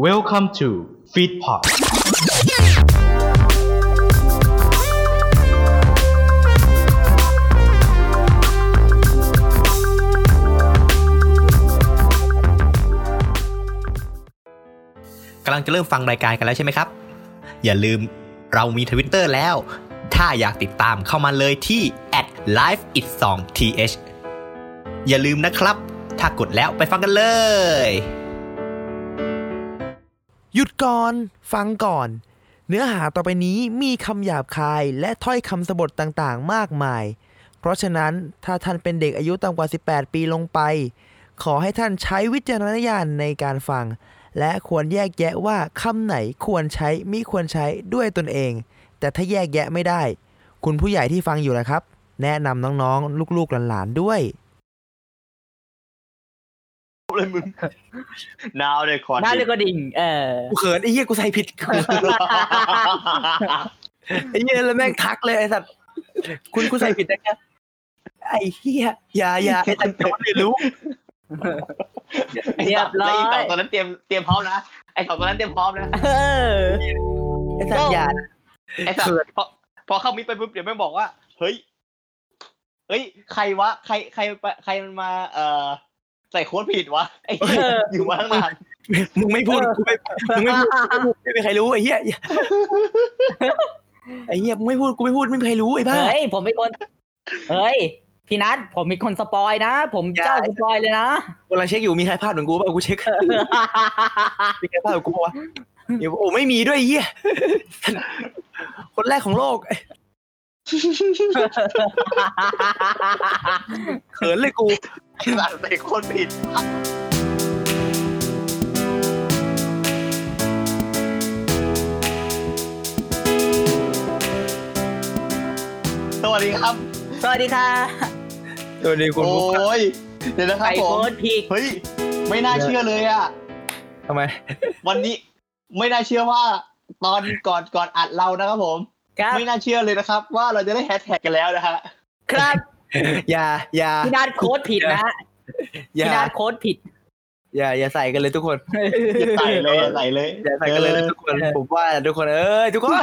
Welcome to Feedpot กำลังจะเริ่มฟังรายการกันแล้วใช่ไหมครับอย่าลืมเรามี Twitter แล้วถ้าอยากติดตามเข้ามาเลยที่ @liveitsongth อย่าลืมนะครับถ้ากดแล้วไปฟังกันเลยหยุดก่อนฟังก่อนเนื้อหาต่อไปนี้มีคำหยาบคายและถ้อยคำสบถต่างๆมากมายเพราะฉะนั้นถ้าท่านเป็นเด็กอายุต่ำกว่า18ปีลงไปขอให้ท่านใช้วิจารณญาณในการฟังและควรแยกแยะว่าคำไหนควรใช้มิควรใช้ด้วยตนเองแต่ถ้าแยกแยะไม่ได้คุณผู้ใหญ่ที่ฟังอยู่นะครับแนะนำน้องๆลูกๆหลานๆด้วยเลยมึงนาวเลยคอนนาวเลยก็ดิ่งกูเขินไอ้เหี้ยกูใส่ผิดไอ้เหี้ยแล้วแม่งทักเลยไอ้สัตว์คุณกูใส่ผิดนะครับไอ้เหี้ยอย่าไอ้สัตว์ไม่รู้เรียบร้อยไอ้สองตัวนั้นเตรียมพร้อมนะไอ้สองตัวนั้นเตรียมพร้อมนะไอ้สัตว์อย่าไอ้สัตว์พอเข้ามิดไปปุ๊บเดี๋ยวแม่งบอกว่าเฮ้ยใครวะใครมันมาใส่โค้ดผิดวะไอ้อยู่มาตั้งนานมึงไม่พูดมึงไม่พูดไม่มีใครรู้ไอ้เหี้ยมึงไม่พูดกูไม่พูดไม่มีใครรู้ไอ้บ้าเฮ้ยผมเป็นคนเฮ้ยพี่นัทผมมีคนสปอยนะผมเจ้าสปอยเลยนะกำลังเช็คอยู่มีใครพลาดเหมือนกูป่ะกูเช็คมีใครพลาดเหมือนกูป่ะเดี๋ยวโอ้ไม่มีด้วยไอ้เหี้ยคนแรกของโลกเขินเลยกูใส่โค้ดผิดสวัสดีครับสวัสดีค่ะสวัสดีคุณผู้ฟังโอ้ยเดี๋ยวนะครับผมเฮ้ยไม่น่าเชื่อเลยอ่ะทำไมวันนี้ไม่น่าเชื่อว่าตอนก่อนอัดเรานะครับผมไม่น่าเชื่อเลยนะครับว่าเราจะได้แฮชแท็กกันแล้วนะฮะครับอย่าพี่นัทโค้ดผิดนะพี่นัทโค้ดผิดอย่าใส่กันเลยทุกคนอย่าใส่เลยอย่าใส่กันเลยทุกคนผมว่าทุกคนทุกคน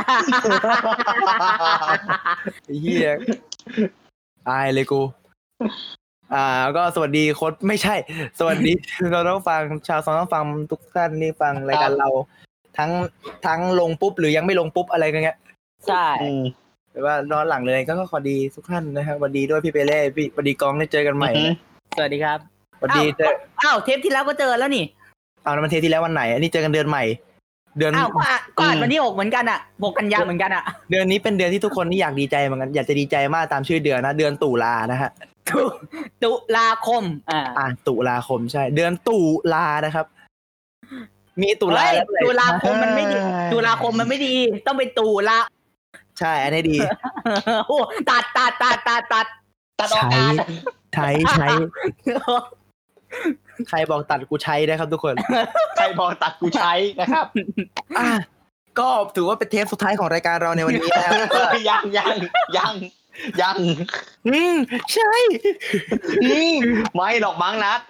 ไอ้เหี้ยอายเลยกูก็สวัสดีโค้ดไม่ใช่สวัสดีเราต้องฟังชาวซองต้องฟังทุกท่านที่ฟังรายการเราทั้งลงปุ๊บหรือยังไม่ลงปุ๊บอะไรกันเงี้ยใช่แต่ว่านอนหลังเลยก็ขอดีทุกท่านนะครับสวัสดีด้วยพี่เปเล่พี่สวัสดีกองได้เจอกันใหม่สวัสดีครับสวัสดีเทปที่แล้วก็เจอแล้วนี่แล้วมันเทปที่แล้ววันไหนอันนี้เจอกันเดือนใหม่เดือนก็อ่านวันที่6เหมือนกันอ่ะ6กันยายนเหมือนกันอ่ะเดือนนี้เป็นเดือนที่ทุกคนที่อยากดีใจเหมือนกันอยากจะดีใจมากตามชื่อเดือนนะเดือนตุลานะฮะตุลาคมตุลาคมใช่เดือนตุลานะครับมีตุลาตุลาคมมันไม่ดีตุลาคมมันไม่ดีต้องเป็นตุลาใช่อันนี้ดีโอ้ตัดออกการใช้ใครบอกตัดกูใช้นะครับทุกคนใครบอกตัดกูใช้นะครับก็ถือว่าเป็นเทปสุดท้ายของรายการเราในวันนี้นะครับยังใช่ไม่หรอกมั้งนัด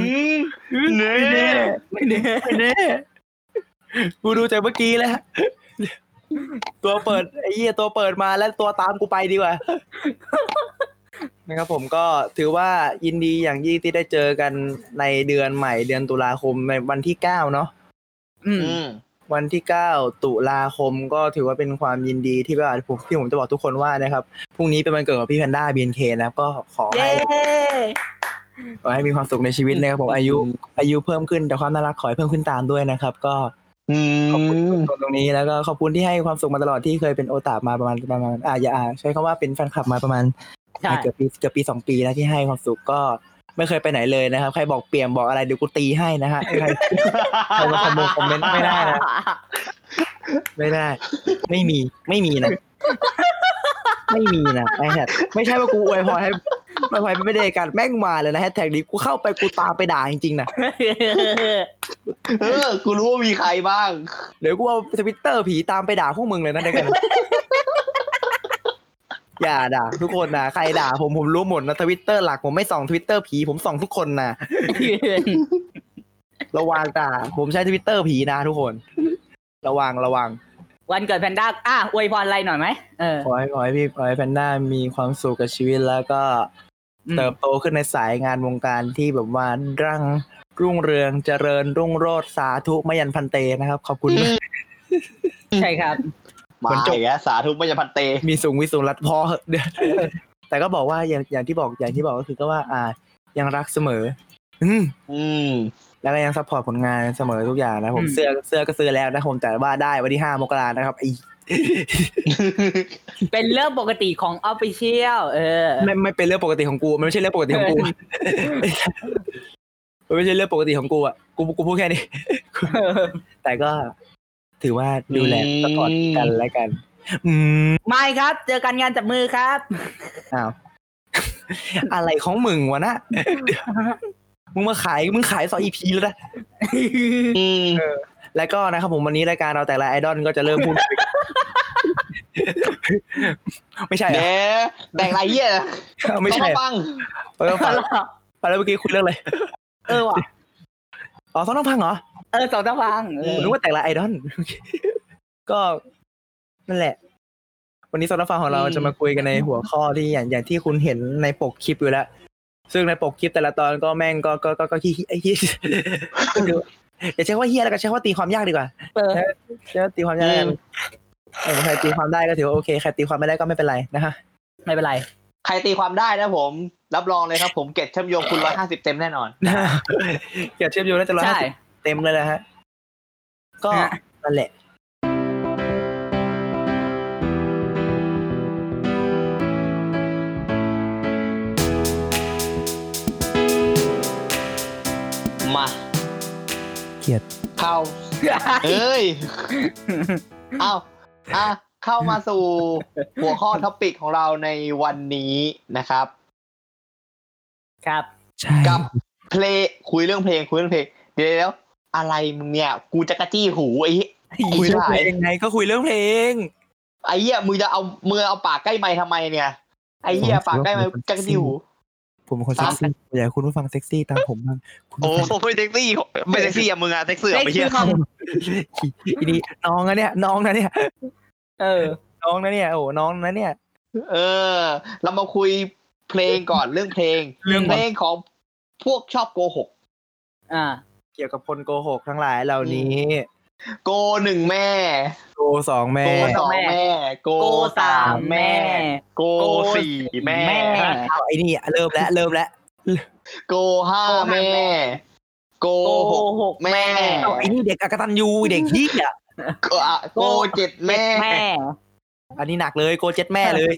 ไม่แน่กูดูจากเมื่อกี้แล้วตัวเปิดไอ้เหี้ยตัวเปิดมาแล้วตัวตามกูไปดีกว่านะครับผมก็ถือว่ายินดีอย่างยิ่งที่ได้เจอกันในเดือนใหม่เดือนตุลาคมในวันที่9เนาะวันที่9ตุลาคมก็ถือว่าเป็นความยินดีที่ว่าผมจะบอกทุกคนว่านะครับพรุ่งนี้เป็นวันเกิดของพี่แพนด้า BNK นะครับก็ขอให้มีความสุขในชีวิตนะครับผมอายุเพิ่มขึ้นแต่ความน่ารักขอให้เพิ่มขึ้นตามด้วยนะครับก็ขอบคุณตรงนี้แล้วก็ขอบคุณที่ให้ความสุขมาตลอดที่เคยเป็นโอตามาประมาณอย่าใช้คำว่าเป็นแฟนคลับมาประมาณเกือบปี2ปีแล้วที่ให้ความสุขก็ไม่เคยไปไหนเลยนะครับใครบอกเปลี่ยนบอกอะไรเดี๋ยวกูตีให้นะฮะใครมาคอมเมนต์ไม่ได้นะไม่มีนะไอ้แฮชไม่ใช่ว่ากูอวยพรให้ไม่ได้กันแม่งมาเลยนะแฮชแท็กนี้กูเข้าไปกูตามไปด่าจริงๆนะกูรู้ว่ามีใครบ้างเดี๋ยวกูเอา Twitter ผีตามไปด่าพวกมึงเลยนะเดี๋ยวกันอย่าด่าทุกคนนะใครด่าผมรู้หมดนะ Twitter หลักผมไม่ส่อง Twitter ผีผมส่องทุกคนนะระวังตาผมใช้ Twitter ผีนะทุกคนระวังวันเกิดแพนด้าอวยพรอะไรหน่อยไหมขอให้แพนด้ามีความสุขกับชีวิตแล้วก็เติบโตขึ้นในสายงานวงการที่แบบว่ารุ่งเรืองเจริญรุ่งโรจน์สาธุมยันพันเตนะครับขอบคุณใช่ครับมาอีกแล้วสาธุมยันพันเตมีสูงวิสุรัตพอแต่ก็บอกว่าอย่างที่บอกก็คือก็ว่ายังรักเสมอแล้วก็ยังซัพพอร์ตผลงานเสมอทุกอย่างนะผมเสื้อก็ซื้อแล้วนะผมแต่ว่าได้วันที่5 มกรานะครับเป็นเรื่องปกติของ Official ไม่เป็นเรื่องปกติของกูมันไม่ใช่เรื่องปกติของกูมันไม่ใช่เรื่องปกติของกูอ่ะกูพูดแค่นี้แต่ก็ถือว่าดูแลซัพพอร์ตกันแล้วกันไม่ครับเจอกันงานจับมือครับอ้าวอะไรของมึงวะนะมึงขาย2 EP แล้วนะแล้วก็นะครับผมวันนี้รายการเราแต่ละไอดอลก็จะเริ่มพูดไม่ใช่แต่งไรเหี้ยไม่ใช่ฟังแล้วเมื่อกี้คุยเรื่องอะไรว่ะสองต้องฟังเหรอสองต้องฟังรู้ว่าแต่ละไอดอลก็นั่นแหละวันนี้สองต้องฟังของเราจะมาคุยกันในหัวข้อที่อย่างที่คุณเห็นในปกคลิปอยู่แล้วซึ่งในปกคลิปแต่ละตอนก็แม่งก็ขี้ไอ้เหี้ยอย่าใช้ว่าเหี้ยแล้วก็ใช้ว่าตีความยากดีกว่าใช้ว่าตีความยากกันใครตีความได้ก็ถือว่าโอเคใครตีความไม่ได้ก็ไม่เป็นไรนะฮะไม่เป็นไรใครตีความได้นะผมรับรองเลยครับผมเกรดเชื่อมโยงคุณ150เต็มแน่นอนเกรดเชื่อมโยงน่าจะ150เต็มเลยนะฮะก็นั่นแหละมาเกียดเข้าเอ้ยเข้ามาสู่หัวข้อท็อปิกของเราในวันนี้นะครับครับกับเพลงคุยเรื่องเพลงเดี๋ยวอะไรมึงเนี่ยกูจะกระจี้หูไอ้คุยเรื่องเพลงไงก็คุยเรื่องเพลงไอ้เหี้ยมึงจะเอาปากใกล้ไมค์ทำไมเนี่ยไอ้เหี้ยปากใกล้ไมค์จะกระจี้หูผมเป็นคนเซ็กซี่อยากให้คุณผู้ฟังเซ็กซี่ตามผมบ้างโอ้ไม่เซ็กซี่อ่ะมึงอ่ะเซ็กซี่ไม่เชื่อทีนี้น้องนะเนี่ยน้องนะเนี่ยน้องนะเนี่ยโอ้น้องนะเนี่ยเรามาคุยเพลงก่อนเรื่องเพลงของพวกชอบโกหกเกี่ยวกับคนโกหกทั้งหลายเหล่านี้โก1แม่โก2แม่โก2แม่โก3แม่โก4แม่ไอ้นี่เริ่มแล้วโก5แม่โก6แม่ไอ้นี่เด็กอกตัญญูเด็กเหี้ยโก7แม่อันนี้หนักเลยโก7แม่เลย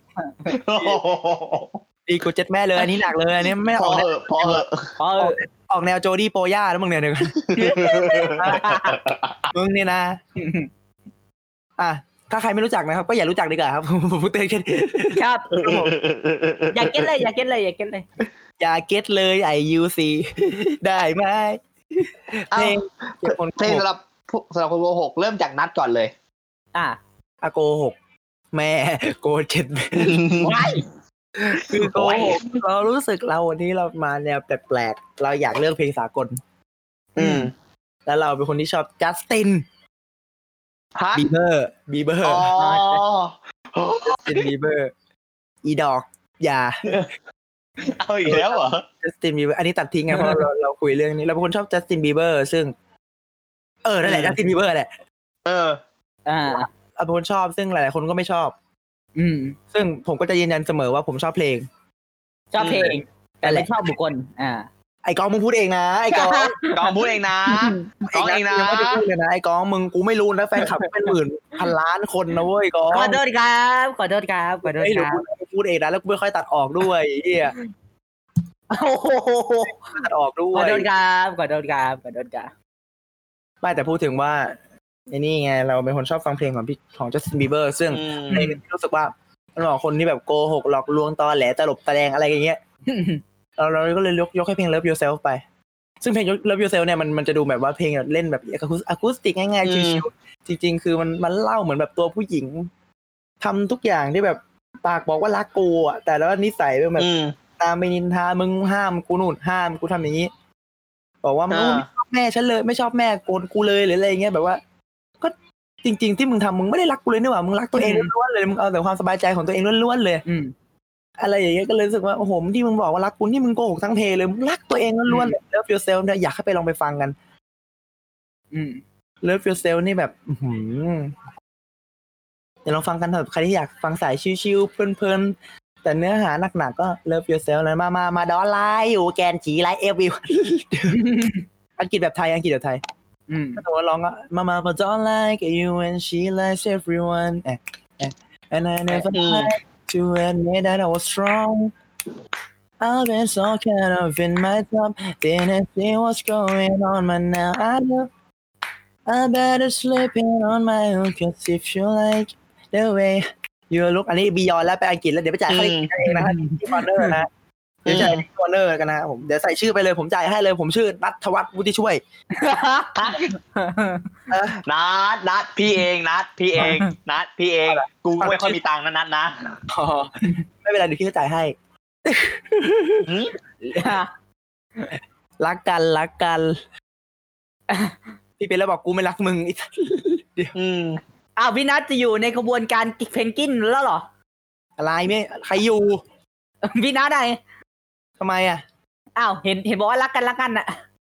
ดีโก7แม่เลยอันนี้หนักเลยอันนี้ไม่ออกพอออกแนวโจดี้โปย่าแล้วมึงเนี่ยมึงเนี่ยนะถ้าใครไม่รู้จักนะครับก็อย่ารู้จักดีกว่าครับผมพูดเองแค่นี้ครับอย่าเก็ตเลยอย่าเก็ตเลยไอยูซีได้ไหมเพลงสำหรับคนโกหกเริ่มจากนัดก่อนเลยโกหกแม่โก7แม่คือโกหกเรารู้สึกเราวันนี้เรามาแนวแปลกๆเราอยากเลือกเพลงสากลแล้วเราเป็นคนที่ชอบจัสตินบีเบอร์จัสตินบีเบอร์อีดอกอย่าเอาอีกแล้วเหรอจัสตินบีเบอร์อันนี้ตัดทิ้งไงเพราะเราคุยเรื่องนี้เราเป็นคนชอบจัสตินบีเบอร์ซึ่งนั่นแหละจัสตินบีเบอร์แหละเป็นคนชอบซึ่งหลายๆคนก็ไม่ชอบซึ่งผมก็จะยืนยันเสมอว่าผมชอบเพลงแต่ไม่ชอบบุคคลไอ้กองมึงพูดเองนะไอ้กองพูดเองนะยังไม่ได้พูดเลยนะไอ้กองมึงกูไม่รู้นะแฟนคลับเป็นหมื่นพันล้านคนนะเว้ยกองขอโทษครับพูดเองนะแล้วกูไม่ค่อยตัดออกด้วยเหี้ยตัดออกด้วยขอโทษครับไม่แต่พูดถึงว่าไอ้นี่ไงเราเป็นคนชอบฟังเพลงของจัสตินบีเบอร์ซึ่งในรู้สึกว่ามันบอกคนที่แบบโกหกหลอกลวงตอแหลตลบตะแลงอะไรอย่างเงี้ยเราก็เลยยกให้เพลง Love Yourself ไปซึ่งเพลง Love Yourself เนี่ยมันจะดูแบบว่าเพลงเล่นแบบอะคูสติกง่ายๆชิลๆจริงๆคือมันเล่าเหมือนแบบตัวผู้หญิงทำทุกอย่างที่แบบปากบอกว่ารักกูอ่ะแต่แล้วนิสัยเป็นแบบตามไปนินทามึงห้ามกูนู่นห้ามกูทำอย่างนี้บอกว่ามึงแม่ฉันเลยไม่ชอบแม่โกรธกูเลยหรืออะไรเงี้ยแบบว่าก็จริงๆที่มึงทำมึงไม่ได้รักกูเลยนี่หว่ามึงรักตัวเองล้วนๆเลยมึงเอาแต่ความสบายใจของตัวเองล้วนๆเลยอะไรอย่างเงี้ยก็เลยรู้สึกว่าโอ้โหที่มึงบอกว่ารักกูนี่มึงโกหกทั้งเพลงเลยมึงรักตัวเองล้วนๆเลย Love Yourself เนี่ยอยากให้ไปลองไปฟังกันLove Yourself นี่แบบเดี๋ยวลองฟังกันเถอะใครที่อยากฟังสายชิลๆเพลินๆแต่เนื้อหาหนักๆก็ Love Yourself เลยมาดอลไลน์อยู่แกนจีไลฟ์เอฟวิวอังกฤษแบบไทยก็ถือว่าร้องอ่ะมา don't like you and she likes everyone and I never like to admit that I was wrong I've been so kind of in my top didn't see what's going on but now I know I better sleep in on my own cause if you like the way you look อันนี้บียอนแล้วไปอังกฤษแล้วเดี๋ยวไปจ่ายค่าเองนะที่คอนเนอร์นะเดี๋ยวจ่ายที่คอนเนอร์กันนะผมเดี๋ยวใส่ชื่อไปเลยผมจ่ายให้เลยผมชื่อณัฐวัฒน์วุฒิช่วยนัดพี่เองกูไม่ค่อยมีตังค์นัดนะไม่เป็นไรเดี๋ยวพี่จะจ่ายให้รักกันพี่เป็นแล้วบอกกูไม่รักมึงเดี๋ยวพี่นัทจะอยู่ในกระบวนการเพนกินแล้วเหรออะไรไม่ใครอยู่พี่นัทไหนทำไมเห็นบอกว่ารักกันน่ะ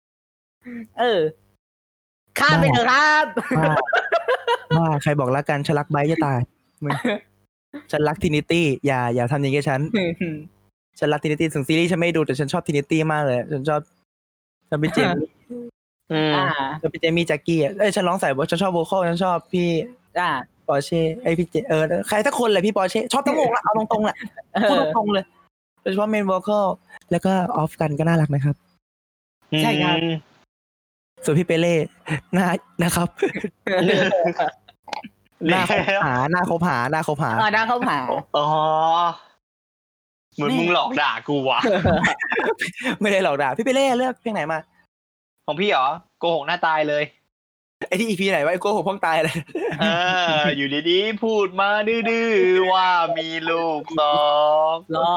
ข้ามไปเถอะครับใครบอกรักกันฉันรักไบจะตายมึงฉันรักทินิตี้อย่าทำอย่างงี้ฉันรักทินิตี้ถึงซีรีส์ฉันไม่ดูแต่ฉันชอบทินิตี้มากเลยฉันชอบพี่เจมี่พี่เจมี่แจ็คกี้ฉันร้องใส่ฉันชอบโวคอลฉันชอบพี่ปอร์เช่พี่เจใครสักคนเลยพี่ปอร์เช่ชอบทั้งวงละเอาตรงๆแหละพูดตรงๆเลยโดยเฉพาะเมนโวคอลแล้วก็ออฟกันก็น่ารักนะครับใช่ครับส่วนพี่เปเล่นะครับหน้าคบหาอ๋อเหมือนมึงหลอกด่ากูวะไม่ได้หลอกด่าพี่เปเล่เลือกเพลงไหนมาของพี่เหรอโกหกหน้าตายเลยไอ้ที่ EP ไหนวะไอ้โกหกพ้องตายเลยอยู่ดีๆพูดมาดื้อๆว่ามีลูกสอง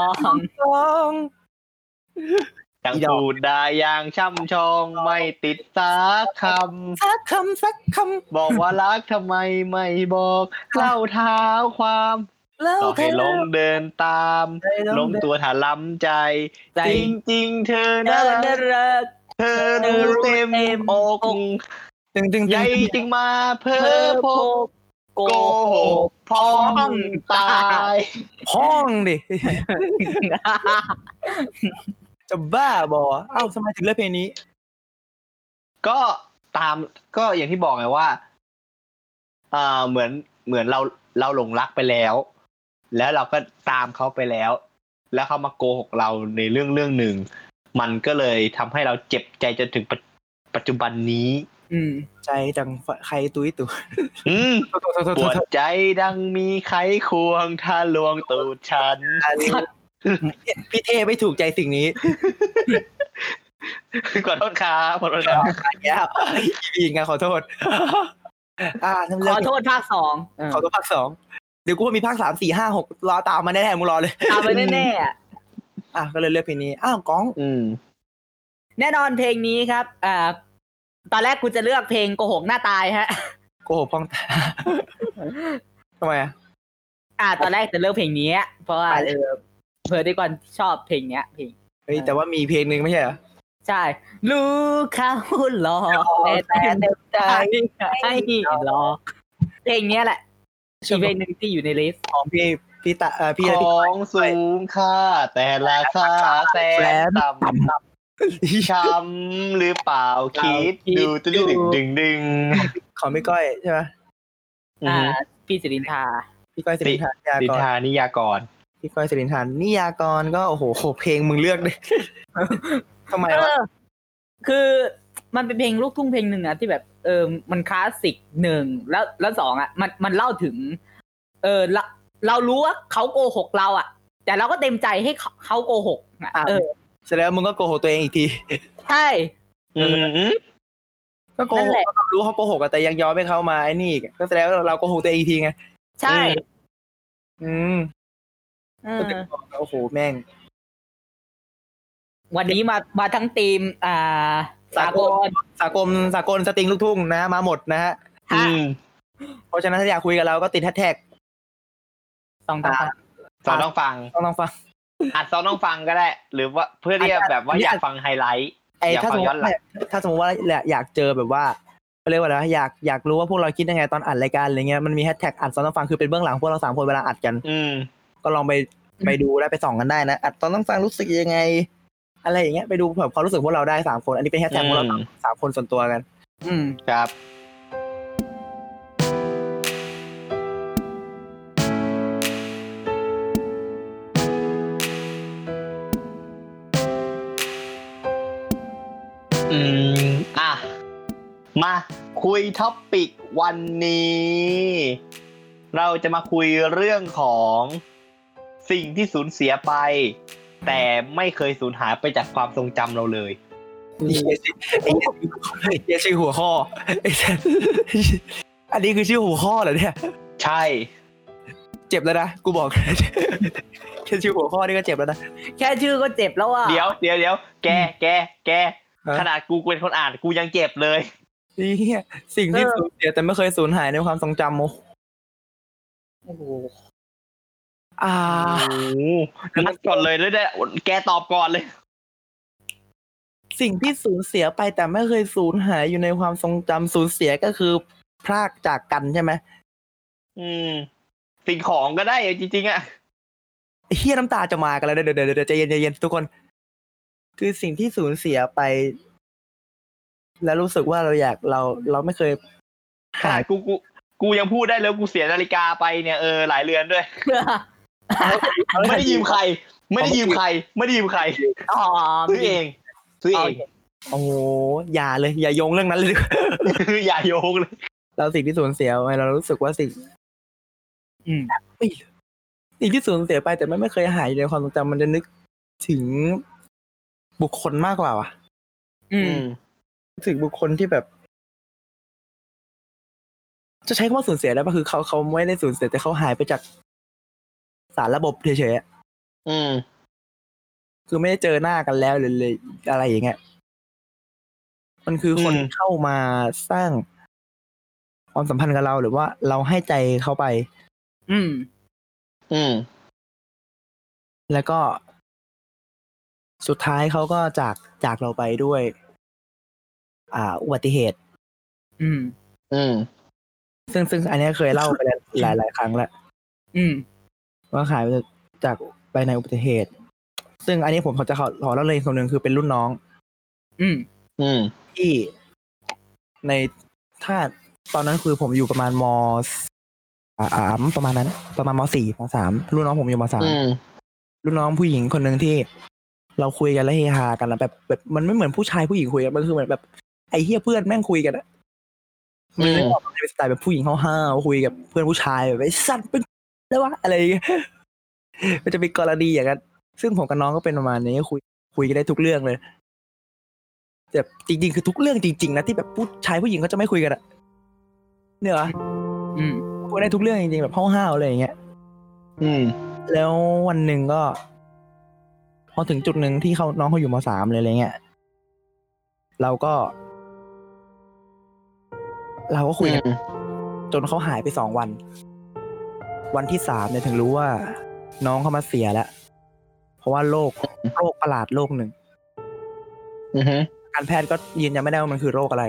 ยังพูดได้อย่างช่ำชองไม่ติดสักคำบอกว่ารักทำไมไม่บอกเล่าเท้าความต่อให้ลงเดินตามลงตัวถลำใจจริงๆเธอน่ารักเธอดูเต็มอกใหญ่จริงมาเพ้อพกโกหกพ้องตายพ้องดิจะบ้าบอทำไมถึงเลือกเพลงนี้ก็อย่างที่บอกไงว่าเหมือนเราหลงรักไปแล้วเราก็ตามเขาไปแล้วเขามาโกหกเราในเรื่องหนึ่งมันก็เลยทำให้เราเจ็บใจจนถึงปัจจุบันนี้ใจดังใครตุ้ยปวดใจดังมีใครควงถ้าลวงตูดฉันพี่เทไม่ถูกใจสิ่งนี้ขอโทษครับอีกไงขอโทษขอโทษภาค2 ขอโทษภาค2เดี๋ยวกูว่ามีภาค3 4 5 6รอตามมาแน่ๆมึงรอเลยตามมาแน่ๆก็เลยเลือกเพลงนี้ก้องแน่นอนเพลงนี้ครับตอนแรกกูจะเลือกเพลงโกหกหน้าตายฮะโกหกพ้องตาทำไมตอนแรกจะเลือกเพลงนี้เพราะว่าเพื่อได้ก่อนชอบเพลงเนี้ยเพลงแต่ว่ามีเพลงนึงไม่ใช่เหรอใช่รู้เขาหลอกแต่เต็มใจให้รอเพลงนี้แหละอีกเพลงนึงที่อยู่ในลิสต์ของพี่ของสูงค่าแต่ราคาแสนต่ำช้ำหรือเปล่าคิดดูดึงของพี่ก้อยใช่ไหมพี่สิรินทาพี่ก้อยสิรินทานิยากรพี่ก้อยสิรินทานิยากรก็โอ้โหเพลงมึงเลือกเลยทำไมวะคือมันเป็นเพลงลูกทุ่งเพลงหนึ่งที่แบบมันคลาสสิก1แล้ว2มันเล่าถึงเรารู้ว่าเขาโกหกเราแต่เราก็เต็มใจให้เขาโกหกแสดงว่ามึงก็โกหกตัวเองอีกทีใช่ก็โกหกเรารู้เขาโกหกแต่ยังยอมให้เขามาไอ้นี่ก็แสดงว่าเราโกหกตัวเองอีกทีไงใช่โอ้โหแม่งวันนี้มาทั้งทีมสากลสากลสตริงลูกทุ่งนะมาหมดนะฮะเพราะฉะนั้นถ้าอยากคุยกับเราก็ติดแฮชแท็กต้องฟังอัดต้องฟังก็ได้หรือว่าเพื่อที่จะแบบว่าอยากฟังไฮไลท์ถ้าสมมติว่าอยากเจอแบบว่าเขาเรียกว่าอะไรอยากรู้ว่าพวกเราคิดยังไงตอนอัดรายการอะไรเงี้ยมันมีแฮชแท็กอัดต้องฟังคือเป็นเบื้องหลังพวกเรา3คนเวลาอัดกันก็ลองไปดูได้ไปส่องกันได้นะอัดต้องฟังรู้สึกยังไงอะไรอย่างเงี้ยไปดูแบบความรู้สึกพวกเราได้3คนอันนี้เป็นแฮชแท็กพวกเรา3คนส่วนตัวกันครับมาคุยท็อปปิกวันนี้เราจะมาคุยเรื่องของสิ่งที่สูญเสียไปแต่ไม่เคยสูญหายไปจากความทรงจำเราเลยนี่ชื่อหัวข้ออันนี้คือชื่อหัวข้อเหรอเนี่ยใช่เจ็บแล้วนะกูบอกแค่ชื่อหัวข้อนี่ก็เจ็บแล้วนะแค่ชื่อก็เจ็บแล้วอ่ะเดี๋ยวแกขนาดกูเป็นคนอ่านกูยังเจ็บเลยนี่สิ่งที่สูญเสียแต่ไม่เคยสูญหายในความทรงจำโอ้โหนัดก่อนเลยได้แกตอบก่อนเลยสิ่งที่สูญเสียไปแต่ไม่เคยสูญหายอยู่ในความทรงจำสูญเสียก็คือพรากจากกันใช่ไหมสิ่งของก็ได้จริงๆอ่ะเฮียน้ำตาจะมากันแล้วเดี๋ยวใจเย็นทุกคนคือสิ่งที่สูญเสียไปแล้วรู้สึกว่าเราไม่เคยหายกูยังพูดได้แล้วกูเสียนาฬิกาไปเนี่ยหลายเรือนด้วยไม่ได้ยืมใครซื้อเองโอ้อย่าเลยอย่าโยงเรื่องนั้นเลยอย่าโยงเลยเราสิ่งที่สูญเสียไปเรารู้สึกว่าสิ่งที่สูญเสียไปแต่ไม่เคยหายในความทรงจำมันจะนึกถึงบุคคลมากกว่าว่ะถึงบุคคลที่แบบจะใช้คำว่าสูญเสียได้ป่ะคือเขาไม่ได้สูญเสียแต่เขาหายไปจากสารระบบเฉยๆคือไม่ได้เจอหน้ากันแล้วเลยอะไรอย่างเงี้ยมันคือคนเข้ามาสร้างความสัมพันธ์กับเราหรือว่าเราให้ใจเขาไปแล้วก็สุดท้ายเขาก็จากเราไปด้วยอุบัติเหตุซึ่งอันนี้เคยเล่าไปหลายครั้งแล้วว่าหายไปจากไปในอุบัติเหตุซึ่งอันนี้ผมจะขอเล่าเลยคนหนึ่งคือเป็นรุ่นน้องที่ในถ้าตอนนั้นคือผมอยู่ประมาณม.3 ประมาณนั้นประมาณม.4 ม.3 รุ่นน้องผมอยู่ม.3 รุ่นน้องผู้หญิงคนหนึ่งที่เราคุยกันแล้วเฮฮากันแล้วแบบมันไม่เหมือนผู้ชายผู้หญิงคุยกันมันคือเหมือนแบบไอ้เหี้ยเพื่อนแม่งคุยกันอะมันเลยออกมาเป็นสไตล์แบบผู้หญิงห้าวๆคุยกับเพื่อนผู้ชายแบบไอ้สัตว์เป็นแล้ววะอะไรอย่างเงี้ยมันจะเป็นกรณีอย่างนั้นซึ่งผมกับน้องก็เป็นประมาณนี้คุยกันได้ทุกเรื่องเลยแต่จริงๆคือทุกเรื่องจริงๆนะที่แบบผู้ชายผู้หญิงเขาจะไม่คุยกันอะเนี่ยเหรอคุยได้ทุกเรื่องจริงๆแบบห้าวๆอะไรอย่างเงี้ยแล้ววันหนึ่งก็พอถึงจุดหนึ่งที่น้องเขาอยู่ม.3 เลยอะไรเงี้ยเราก็คุยกันจนเขาหายไป2 วันวันที่3เนี่ยถึงรู้ว่าน้องเขามาเสียแล้วเพราะว่าโรคประหลาดโรคหนึ่งการแพทย์ก็ยืนยันไม่ได้ว่ามันคือโรคอะไร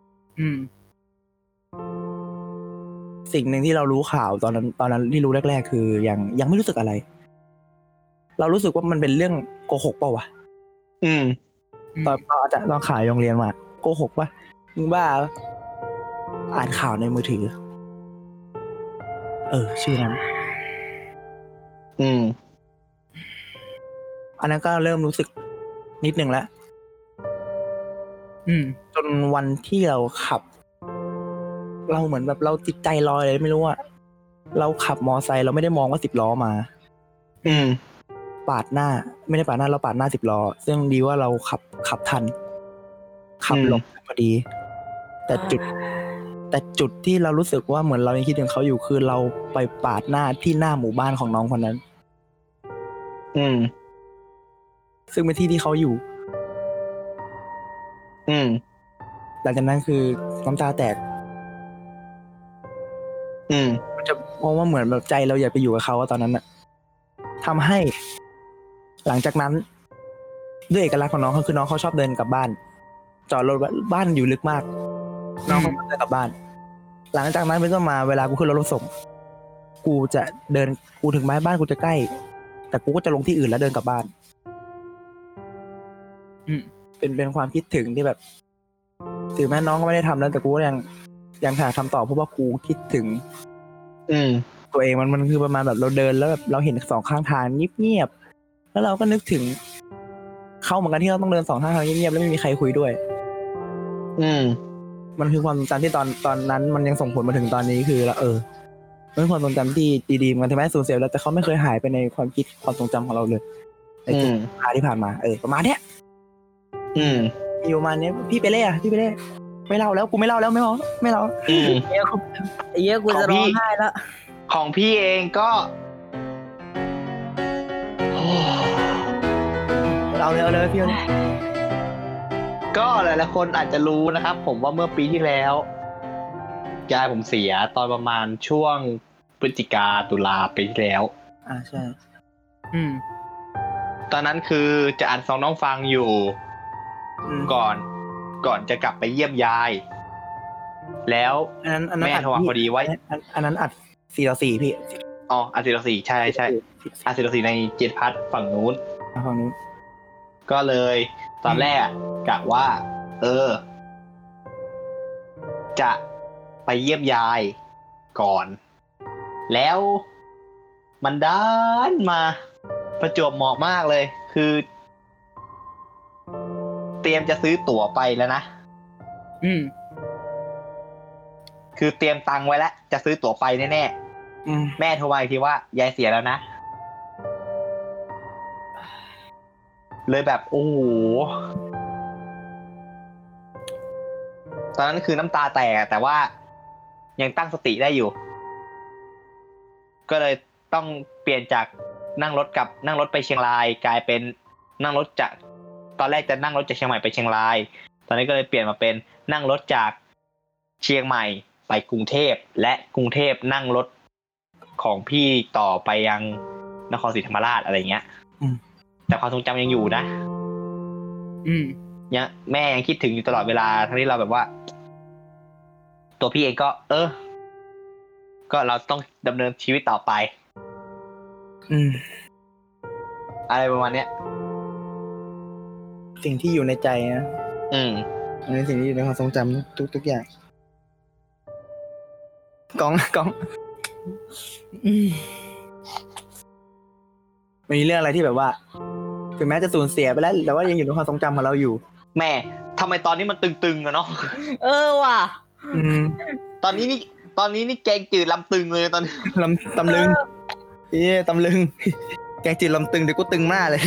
สิ่งหนึ่งที่เรารู้ข่าวตอนนั้นที่รู้แรกๆคือยังไม่รู้สึกอะไรเรารู้สึกว่ามันเป็นเรื่องโกหกเปล่าวะตอนอาจารย์ตอนข่าวโรงเรียนมาโกหกป่ะมึงบ้าอ่านข่าวในมือถือชื่อนั้นอันนั้นก็เริ่มรู้สึกนิดนึงแล้วจนวันที่เราขับเราเหมือนแบบเราจิตใจลอยเลยไม่รู้ว่าเราขับมอไซค์เราไม่ได้มองว่า10 ล้อมาปาดหน้าไม่ได้ปาดหน้าเราปาดหน้า10 ล้อซึ่งดีว่าเราขับทันขับหลบพอดีแต่จุดที่เรารู้สึกว่าเหมือนเรายังคิดถึงเขาอยู่คือเราไปปาดหน้าที่หน้าหมู่บ้านของน้องคนนั้นซึ่งเป็นที่ที่เขาอยู่หลังจากนั้นคือน้ำตาแตกมันจะเพราะว่าเหมือนแบบใจเราอยากไปอยู่กับเขาตอนนั้นน่ะทำให้หลังจากนั้นด้วยเอกลักษณ์ของน้องเขาคือน้องเขาชอบเดินกลับบ้านจอดรถบ้านอยู่ลึกมากน้องเขาเดินกลับบ้านหลังจากนั้นเป็นต้นมาเวลากูขึ้นรถส่งกูจะเดินกูถึงบ้านกูจะใกล้แต่กูก็จะลงที่อื่นแล้วเดินกลับบ้านเป็นความคิดถึงที่แบบถึงแม้น้องก็ไม่ได้ทำแล้วแต่กูก็ยังหาทำต่อเพราะว่ากูคิดถึงตัวเองมันคือประมาณแบบเราเดินแล้วแบบเราเห็นสองข้างทางเงียบๆแล้วเราก็นึกถึงเขาเหมือนกันที่เราต้องเดินสองข้างทางเงียบๆแล้วไม่มีใครคุยด้วยมันคือความทรงจำที่ตอนนั้นมันยังส่งผลมาถึงตอนนี้คือละมันเป็นความทรงจำที่ดีๆมันถึงแม้สูญเสียแล้วแต่เขาไม่เคยหายไปในความคิดความทรงจำของเราเลยในทุกครั้งที่ผ่านมาประมาณเนี้ยอยู่ประมาณนี้พี่เปเล่ไม่เล่าแล้วกูไม่เล่าแล้วไม่เล่าไอ้เหี้ยกูจะร้องไห้แล้วของพี่เองก็เอาเลยพี่เลยก็หลายๆคนอาจจะรู้นะครับผมว่าเมื่อปีที่แล้วยายผมเสียตอนประมาณช่วงพฤศจิกาตุลาปีที่แล้วใช่ตอนนั้นคือจะอ่านซองน้องฟังอยู่ก่อนจะกลับไปเยี่ยมยายแล้วแม่โทรมาพอดีไว้อันนั้นอัด4:4พี่อัด4:4ใช่อัด4:4ใน7พัทฝั่งนู้นก็เลยตอนแรกกะว่าจะไปเยี่ยมยายก่อนแล้วมันด้านมาประจวบเหมาะมากเลยคือเตรียมจะซื้อตั๋วไปแล้วนะคือเตรียมตังค์ไว้แล้วจะซื้อตั๋วไปแน่ๆแม่โทรมาอีกทีว่ายายเสียแล้วนะเลยแบบโอ้โหตอนนั้นคือน้ำตาแตกแต่ว่ายังตั้งสติได้อยู่ก็เลยต้องเปลี่ยนจากนั่งรถไปเชียงรายกลายเป็นนั่งรถจากตอนแรกจะนั่งรถจากเชียงใหม่ไปเชียงรายตอนนี้ก็เลยเปลี่ยนมาเป็นนั่งรถจากเชียงใหม่ไปกรุงเทพและกรุงเทพนั่งรถของพี่ต่อไปยังนครศรีธรรมราชอะไรเงี้ยแต่ความทรงจำยังอยู่นะยังแม่ยังคิดถึงอยู่ตลอดเวลาทั้งที่เราแบบว่าตัวพี่เองก็ก็เราต้องดำเนินชีวิตต่อไปอะไรประมาณเนี้ยสิ่งที่อยู่ในใจนะอันนี้สิ่งที่อยู่ในความทรงจำทุกอย่างกองมีเรื่องอะไรที่แบบว่าถึงแม้จะสูญเสียไปแล้วแต่ว่ายังอยู่ในความทรงจำของเราอยู่แม่ทำไมตอนนี้มันตึงๆอะเนาะว่ะตอนนี้นี่แกงจืดลำตึงเลยตอนนี้ตำลึงตำลึงแกงจืดลำตึงเดี๋ยวกูตึงมากเลย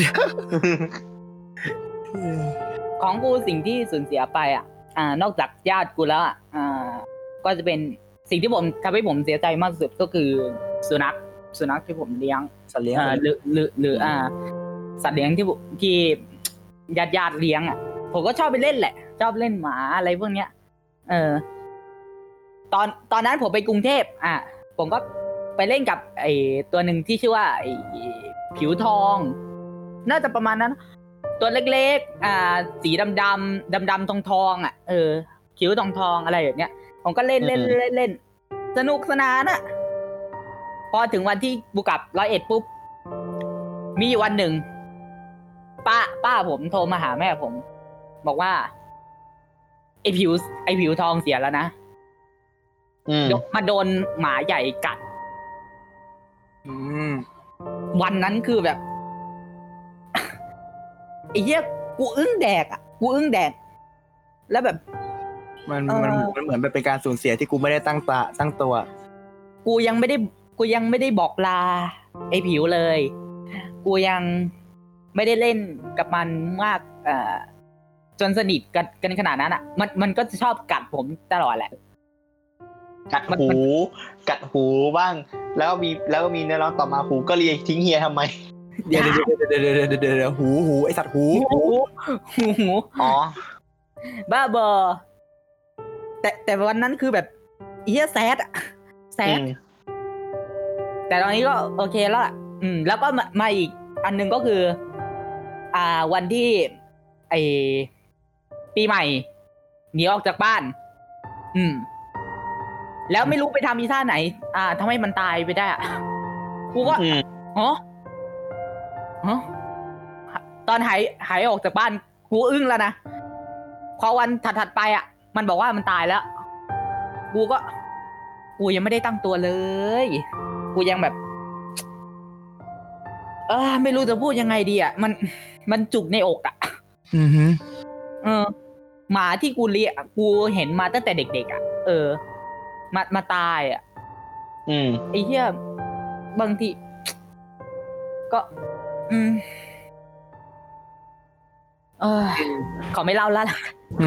ของกูสิ่งที่สูญเสียไปนอกจากญาติกูแล้วก็จะเป็นสิ่งที่ผมทำให้ผมเสียใจมากสุดก็คือสุนัขที่ผมเลี้ยงสัตว์เลี้ยงหรือสัตว์เลี้ยงที่ญาติเลี้ยงผมก็ชอบไปเล่นแหละชอบเล่นหมาอะไรพวกเนี้ยตอนนั้นผมไปกรุงเทพผมก็ไปเล่นกับไอ้ตัวหนึ่งที่ชื่อว่าไอ้ผิวทองน่าจะประมาณนั้นตัวเล็กๆสีดำทองคิ้วทองอะไรอย่างเงี้ยผมก็เล่นสนุกสนานพอถึงวันที่บุกกลับ101ปุ๊บมีวันหนึ่งป้าผมโทรมาหาแม่ผมบอกว่าไอ้ผิวทองเสียแล้วนะมาโดนหมาใหญ่กัดวันนั้นคือแบบไอ้เหี้ยกูอึ้งแดกแล้วแบบมันเหมือนเป็นการสูญเสียที่กูไม่ได้ตั้งตัวกูยังไม่ได้บอกลาไอ้ผิวเลยกูยังไม่ได้เล่นกับมันมากจนสนิทกันขนาดนั้นมันก็จะชอบกัดผมตลอดแหละกัดหูบ้างแล้วก็มีเนื้อร้องต่อมาหูก็เลียทิ้งเฮียทำไมเดี๋ยวหูไอสัตว์หูอ๋อบ้าบอแต่วันนั้นคือแบบเฮียแซดแต่ตอนนี้ก็โอเคแล้วล่ะแล้วก็มาอีกอันนึงก็คือวันที่ไอปีใหม่หนีออกจากบ้านแล้วไม่รู้ไปทำอีท่าไหนทำให้มันตายไปได้กูก็ตอนหายออกจากบ้านกูอึ้งแล้วนะพอวันถัดไปมันบอกว่ามันตายแล้วกูยังไม่ได้ตั้งตัวเลยกูยังแบบไม่รู้จะพูดยังไงดีมันจุกในอกหมาที่กูเห็นมาตั้งแต่เด็กๆมาตายไอ้เหี้ยบางทีก็ขอไม่เล่าแล้วล่ะ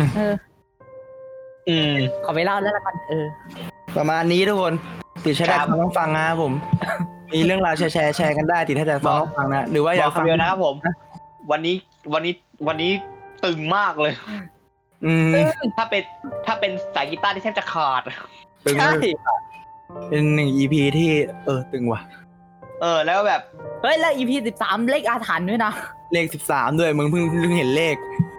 ขอไม่เล่าแล้วละกันประมาณนี้ทุกคนติดแชร์ได้ต้องฟังนะครับผมมีเรื่องราวแชร์กันได้ติดให้แต่ต้องฟังนะหรือว่าอยากฟังนะครับผมวันนี้ตึงมากเลยถ้าเป็นสายกีตาร์ที่แทบจะขาดตึงเป็น1 EP ที่ตึงว่ะแล้วแบบเฮ้ยแล้ว EP 13เลขอาถรรพ์ด้วยนะเลข13ด้วยมึงเพิ่งเห็นเลข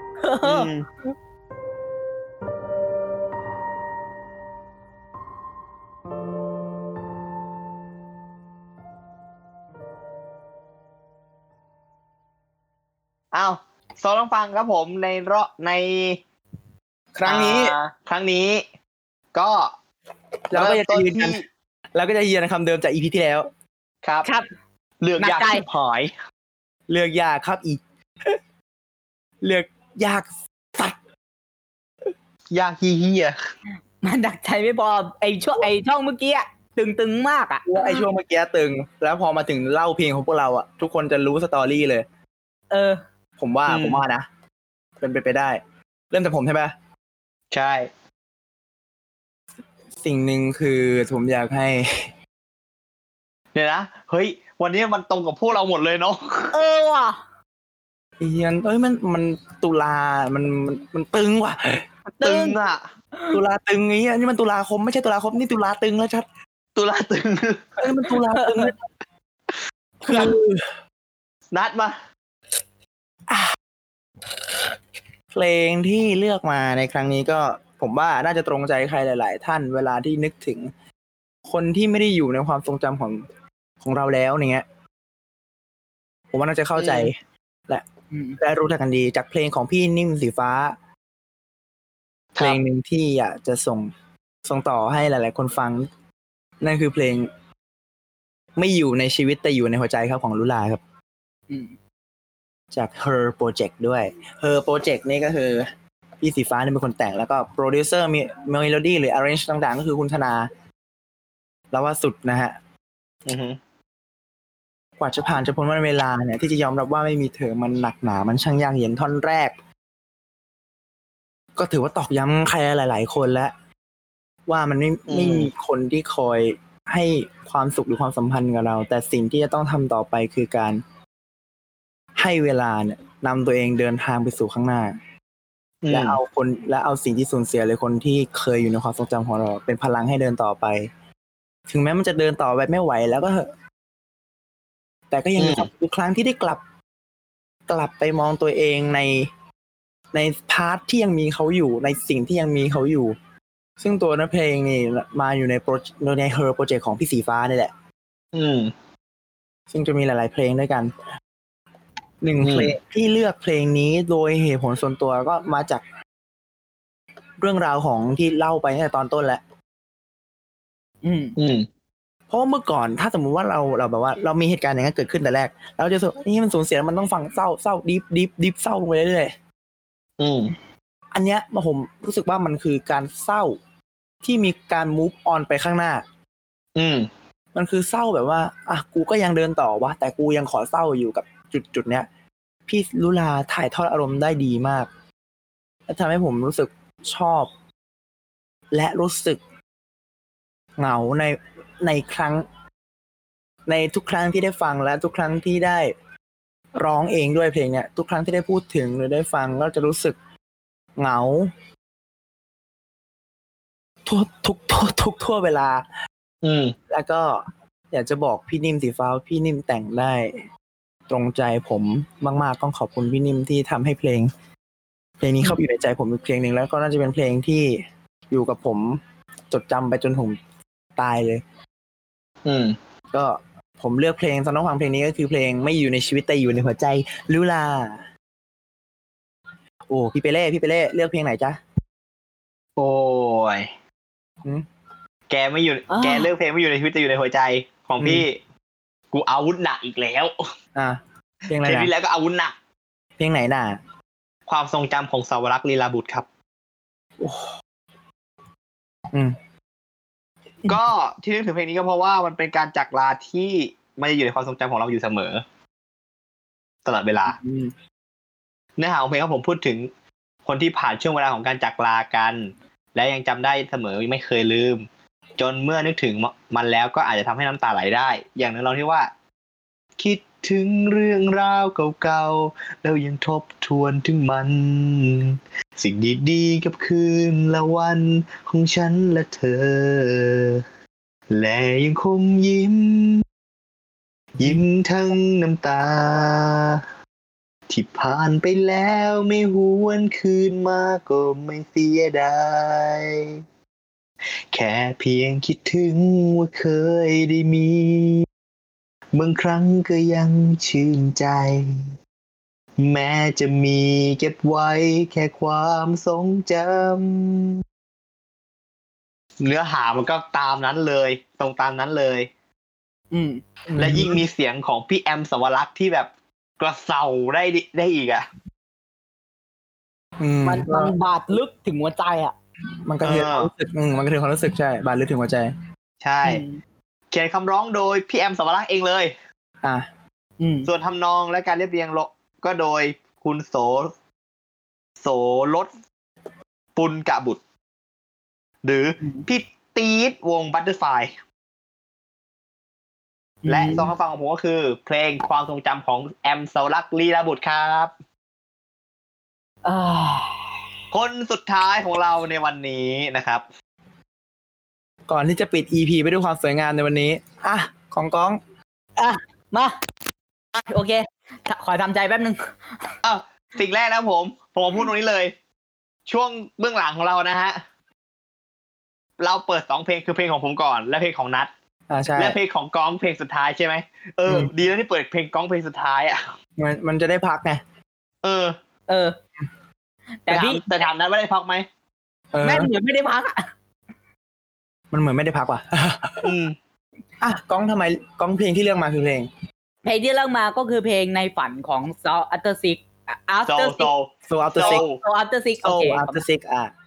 อ้าวซอต้องฟังครับผมในครั้งนี้ก็เราก็จะยืนกันแล้วก็จะยืนคำเดิมจาก EP ที่แล้วครับเลือกยากที่หายเลือกยากครับอีกเลือกยากสัตว์ยากเหี้ยมันดักใจไม่พอไอช่องเมื่อกี้ตึงมากไอช่วงเมื่อกี้ตึงแล้วพอมาถึงเล่าเพลงของพวกเราทุกคนจะรู้สตอรี่เลยผมว่านะเป็นไปได้เริ่มจากผมใช่ไหมใช่สิ่งหนึ่งคือผมอยากให้เดี๋ยวนะเฮ้ยวันนี้มันตรงกับพวกเราหมดเลยเนาะว่ะมันตุลามันตึงว่ะตึงตุลาตึงงี้นี่มันตุลาคมไม่ใช่ตุลาคมนี่ตุลาตึงแล้วชัดตุลาตึงมันตุลาตึงคือนัดมาเพลงที่เลือกมาในครั้งนี้ก็ผมว่าน่าจะตรงใจใครหลายๆท่านเวลาที่นึกถึงคนที่ไม่ได้อยู่ในความทรงจำของเราแล้วเนี้ยผมว่าน่าจะเข้าใจและรู้ทักกันดีจากเพลงของพี่นิ่มสีฟ้าเพลงหนึ่งที่อยากจะส่งต่อให้หลายๆคนฟังนั่นคือเพลงไม่อยู่ในชีวิตแต่อยู่ในหัวใจครับของลุลาครับจาก Her Project ด้วย Her Project นี่ก็คือพี่สีฟ้านี่เป็นคนแต่งแล้วก็โปรดิวเซอร์มีเมโลดี้หรือ arrange ต่างๆก็คือคุณธนาแล้วว่าสุดนะฮะกว่าจะผ่านจะพ้นวันเวลาเนี่ยที่จะยอมรับว่าไม่มีเธอมันหนักหนามันช่างยากเย็นท่อนแรกก็ถือว่าตอกย้ำใครหลายๆคนแล้วว่ามันไม่มีคนที่คอยให้ความสุขหรือความสัมพันธ์กับเราแต่สิ่งที่จะต้องทำต่อไปคือการให้เวลาเนี่ยนำตัวเองเดินทางไปสู่ข้างหน้าและเอาสิ่งที่สูญเสียเลยคนที่เคยอยู่ในความทรงจำของเราเป็นพลังให้เดินต่อไปถึงแม้มันจะเดินต่อไปไม่ไหวแล้วก็แต่ก็ยังมีทุกครั้งที่ได้กลับไปมองตัวเองในพาร์ทที่ยังมีเขาอยู่ในสิ่งที่ยังมีเขาอยู่ซึ่งตัวเนื้อเพลงนี่มาอยู่ใน Her Project ของพี่สีฟ้านี่แหละซึ่งจะมีหลายๆเพลงด้วยกัน1เพลงที่เลือกเพลงนี้โดยเหตุผลส่วนตัวก็มาจากเรื่องราวของที่เล่าไปตั้งแต่ตอนต้นแล้วเพราะเมื่อก่อนถ้าสมมุติว่าเราแบบว่าเรามีเหตุการณ์อย่างนั้นเกิดขึ้นแต่แรกเราจะรู้สึกนี่มันสูญเสียมันต้องฟังเศร้าดิฟเศร้าลงไปเรื่อยๆอันเนี้ยผมรู้สึกว่ามันคือการเศร้าที่มีการ move on ไปข้างหน้ามันคือเศร้าแบบว่ากูก็ยังเดินต่อวะแต่กูยังขอเศร้าอยู่กับจุดเนี้ยพี่ลุลาถ่ายทอดอารมณ์ได้ดีมากและทำให้ผมรู้สึกชอบและรู้สึกเหงาในครั้งในทุกครั้งที่ได้ฟังและทุกครั้งที่ได้ร้องเองด้วยเพลงเนี้ยทุกครั้งที่ได้พูดถึงหรือได้ฟังก็จะรู้สึกเหงาทั่วเวลา แล้วก็อยากจะบอกพี่นิ่มสีฟ้าพี่นิ่มแต่งได้ตรงใจผมมากๆต้องขอบคุณพี่นิ่มที่ทำให้เพลงนี้เข้าไปอยู่ในใจผมอีกเพลงหนึ่งแล้วก็น่าจะเป็นเพลงที่อยู่กับผมจดจำไปจนผมตายเลยก็ผมเลือกเพลงตอนน้องฟังเพลงนี้ก็คือเพลงไม่อยู่ในชีวิตแต่อยู่ในหัวใจลุลาโอ้พี่เปเล่เลือกเพลงไหนจ๊ะโอ้ยแกไม่อยู่แกเลือกเพลงไม่อยู่ในชีวิตแต่อยู่ในหัวใจของพี่กูอาวุธหนักอีกแล้วเพลงอะไรนะเพลงที่แล้วก็อาวุธหนักเพลงไหนน่ะความทรงจำของสาวรักษ์ลีลาบุตรครับก็ที่นึกถึงเพลงนี้ก็เพราะว่ามันเป็นการจากลาที่มันจะอยู่ในความทรงจำของเราอยู่เสมอตลอดเวลาเนื้อหาของเพลงครับผมพูดถึงคนที่ผ่านช่วงเวลาของการจากลากันและยังจำได้เสมอไม่เคยลืมจนเมื่อนึกถึงมันแล้วก็อาจจะทำให้น้ำตาไหลได้อย่างนึงเราที่ว่าคิดถึงเรื่องราวเก่าๆแล้วยังทบทวนถึงมันสิ่งดีๆกับคืนละวันของฉันและเธอและยังคงยิ้มทั้งน้ำตาที่ผ่านไปแล้วไม่หวนคืนมาก็ไม่เสียดายแค่เพียงคิดถึงว่าเคยได้มีบางครั้งก็ยังชื่นใจแม้จะมีเก็บไว้แค่ความทรงจำเนื้อหามันก็ตามนั้นเลยตรงตามนั้นเลยและยิ่งมีเสียงของพี่แอมสวรักษ์ที่แบบกระเซาได้อีกอ่ะมันบาดลึกถึงหัวใจอ่ะมันกระเทือนความรู้สึกมันกระเทือนความรู้สึกใช่บาดลึกถึงหัวใจใช่เขียนคำร้องโดยพี่แอมสวรักษ์เองเลยส่วนทำนองและการเรียบเรียงก็โดยคุณโสรสปุณกะบุตรหรือพี่ตี๊ดวงบัตเตอร์ไฟและซองคำฟังของผมก็คือเพลงความทรงจำของแอมสวรักษ์ลีลาบุตรครับคนสุดท้ายของเราในวันนี้นะครับก่อนที่จะปิด EP ไปด้วยความสวยงามในวันนี้ของก้องมาโอเคขอทำใจแป๊บนึงสิ่งแรกนะผมพูดตรงนี้เลยช่วงเบื้องหลังของเรานะฮะเราเปิด2เพลงคือเพลงของผมก่อนและเพลงของนัทใช่และเพลงของก้องเพลงสุดท้ายใช่ไหมดีแล้วที่เปิดเพลงก้องเพลงสุดท้ายอ่ะมันจะได้พักไงแต่ถามนัทว่าได้พักไหมแม่เหมือนไม่ได้พักมันเหมือนไม่ได้พักว่ะก้องทำไมก้องเพลงที่เลือกมาคือเพลงที่เลือกมาก็คือเพลงในฝันของ Soul After Six Soul After Six โอเค Soul After Six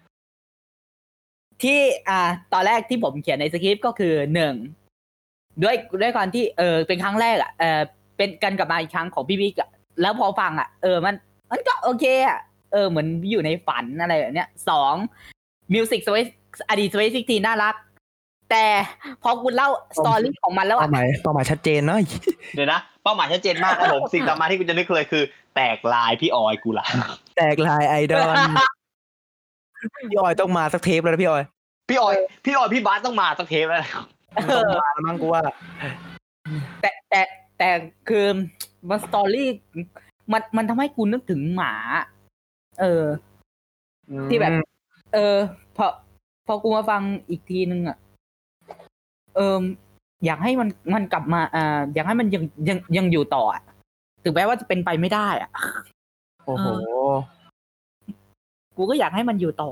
ที่ตอนแรกที่ผมเขียนในสคริปต์ก็คือ1ด้วยความที่เป็นครั้งแรกเป็นกันกลับมาอีกครั้งของพี่บิ๊กแล้วพอฟังมันก็โอเคเหมือนอยู่ในฝันอะไรแบบเนี้ย2 Music Space อดีต Space 16น่ารักแต่พอคุณเล่าสตอรี่ของมันแล้วเป้าหมายชัดเจนเนาะเดี๋ยวนะเป้าหมายชัดเจนมากครับผมสิ่งต่อมาที่กูจะนึกเลยคือแตกลายพี่ออยกูละแตกลายไอดอลพี่ออยต้องมาสักเทปแล้วนะพี่ออยพี่บาสต้องมาสักเทปแล้วต้องมาแล้วมั้งกูว่าแต่คือมันสตอรี่มันทำให้กูนึกถึงหมาที่แบบพอกูมาฟังอีกทีนึงอยากให้มันกลับมาอยากให้มันยังอยู่ต่อถึงแม้ว่าจะเป็นไปไม่ได้โอ้โหกูก็อยากให้มันอยู่ต่อ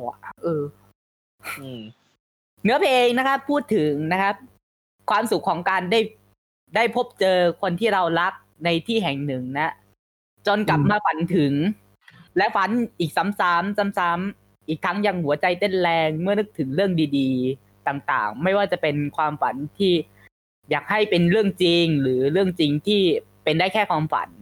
เนื้อเพลงนะครับพูดถึงนะครับความสุขของการได้พบเจอคนที่เรารักในที่แห่งหนึ่งนะจนกลับมาฝันถึงและฝันอีกซ้ำๆอีกทั้งยังหัวใจเต้นแรงเมื่อนึกถึงเรื่องดีๆต่างๆไม่ว่าจะเป็นความฝันที่อยากให้เป็นเรื่องจริงหรือเรื่องจริงที่เป็นได้แค่ความฝัน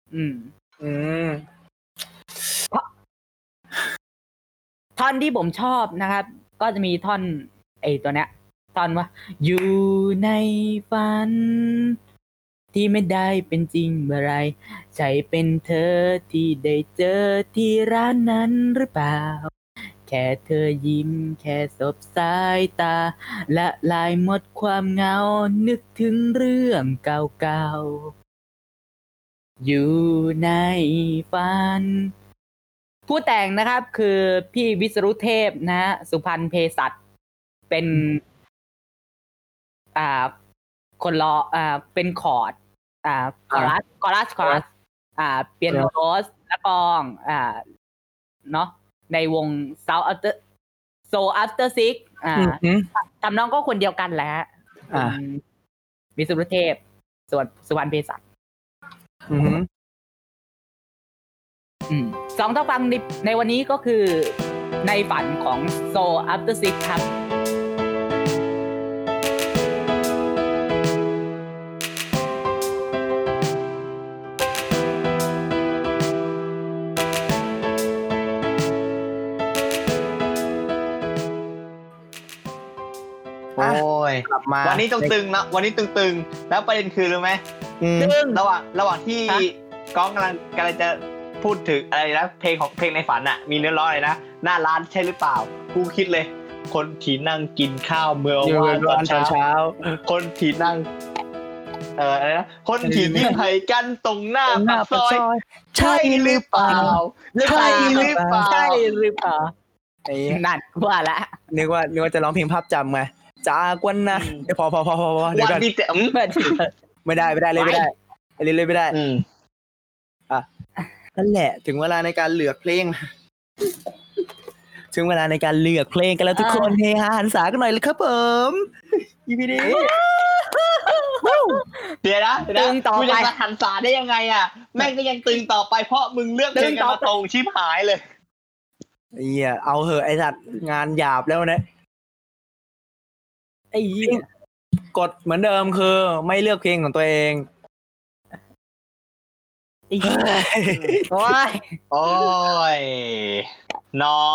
ท่อนที่ผมชอบนะครับก็จะมีท่อนตัวเนี้ยท่อนว่าอยู่ในฝันที่ไม่ได้เป็นจริงเมื่อไรใจเป็นเธอที่ได้เจอที่ร้านนั้นหรือเปล่าแค่เธอยิ้มแค่สบสายตาละลายหมดความเหงานึกถึงเรื่องเก่าๆอยู่ในฝันผู้แต่งนะครับคือพี่วิศรุเทพนะฮะสุพรรณเภสัชเป็นคนร้องเป็นคอร์ดคอรัสเปียโนและกลองเนาะในวง Soul After Six ทำน้องก็คนเดียวกันแหละวิศรุเทพส่วนสุพรรณเภสัชสองท่าฟังในวันนี้ก็คือในฝันของ Soul After Six ครับโอ้ยวันนี้ตึงๆนะวันนี้ตึงๆแล้วประเด็นคือรู้ไหมระหว่างที่ก้องกำลังจะพูดถึงอะไรนะเพลงในฝันอ่ะมีเนื้อร้องอะไรนะหน้าร้านใช่หรือเปล่ากูคิดเลยคนที่นั่งกินข้าวเมื่อวานตอนเช้าคนที่นั่งอะไรนะคนที่ยิ้มให้กันตรงหน้าปากซอยใช่หรือเปล่าใช่หรือเปล่านั่นว่าละนึกว่าจะร้องเพลงภาพจำไงจากวันนะเดี๋ยวพอเดี๋ยวก่อนไม่ได้เลยไม่ได้นั่นแหละถึงเวลาในการเลือกเพลงถึงเวลาในการเลือกเพลงกันแล้วทุกคนเฮฮาหันษากันหน่อยเลยครับผมอีพีนี้เดี๋ยวนะกูจะหันษาได้ยังไงอ่ะแม่งก็ยังตึงต่อไปเพราะมึงเลือกเพลงกันมาตรงชิบหายเลยเอาเหอะไอ้สัตว์งานหยาบแล้วนะไอ้กฎเหมือนเดิมคือไม่เลือกเพลงของตัวเองโอ้ยนอ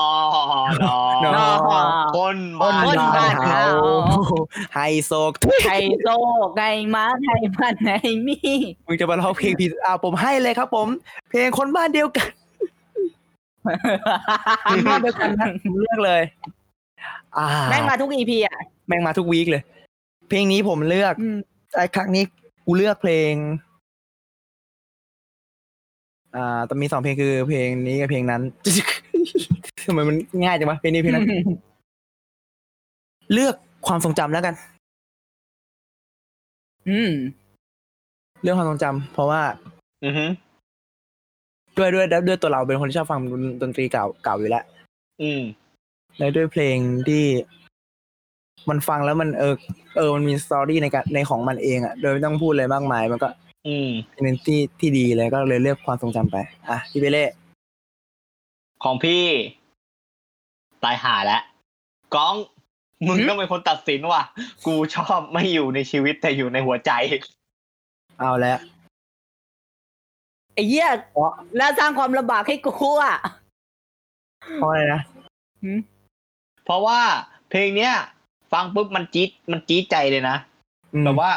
คนบ้านเฮาไฮโซไงม้าไงมันไงมี่มึงจะมาร้องเพลงผิดผมให้เลยครับผมเพลงคนบ้านเดียวกันบ้านเดียวกันเลือกเลยแม่งมาทุก EP อ่ะแม่งมาทุกวีคเลยเพลงนี้ผมเลือกไอ้ครั้งนี้กูเลือกเพลงแต่มี2เพลงคือเพลงนี้กับเพลงนั้นทำไมมันง่ายจังวะเพลงนี้เพลงนั้นเลือกความทรงจำแล้วกันเรื่องความทรงจำเพราะว่าด้วยตัวเราเป็นคนที่ชอบฟังดนตรีเก่าอยู่แล้วและด้วยเพลงที่มันฟังแล้วมันมันมีสตอรี่ในของมันเองโดยไม่ต้องพูดอะไรมากมายมันก็เป็นที่ดีเลยก็เลยเลือกความทรงจำไปพี่เบเล่ของพี่ตายห่าแล้วก้องมึงต้องเป็นคนตัดสินว่ะกูชอบไม่อยู่ในชีวิตแต่อยู่ในหัวใจเอาแล้วไอ้เหี้ยแล้วสร้างความลำบากให้กูอ่ะเพราะอะไรนะเพราะว่าเพลงเนี้ยฟังปุ๊บมันจี๊ดใจเลยนะแบบว่า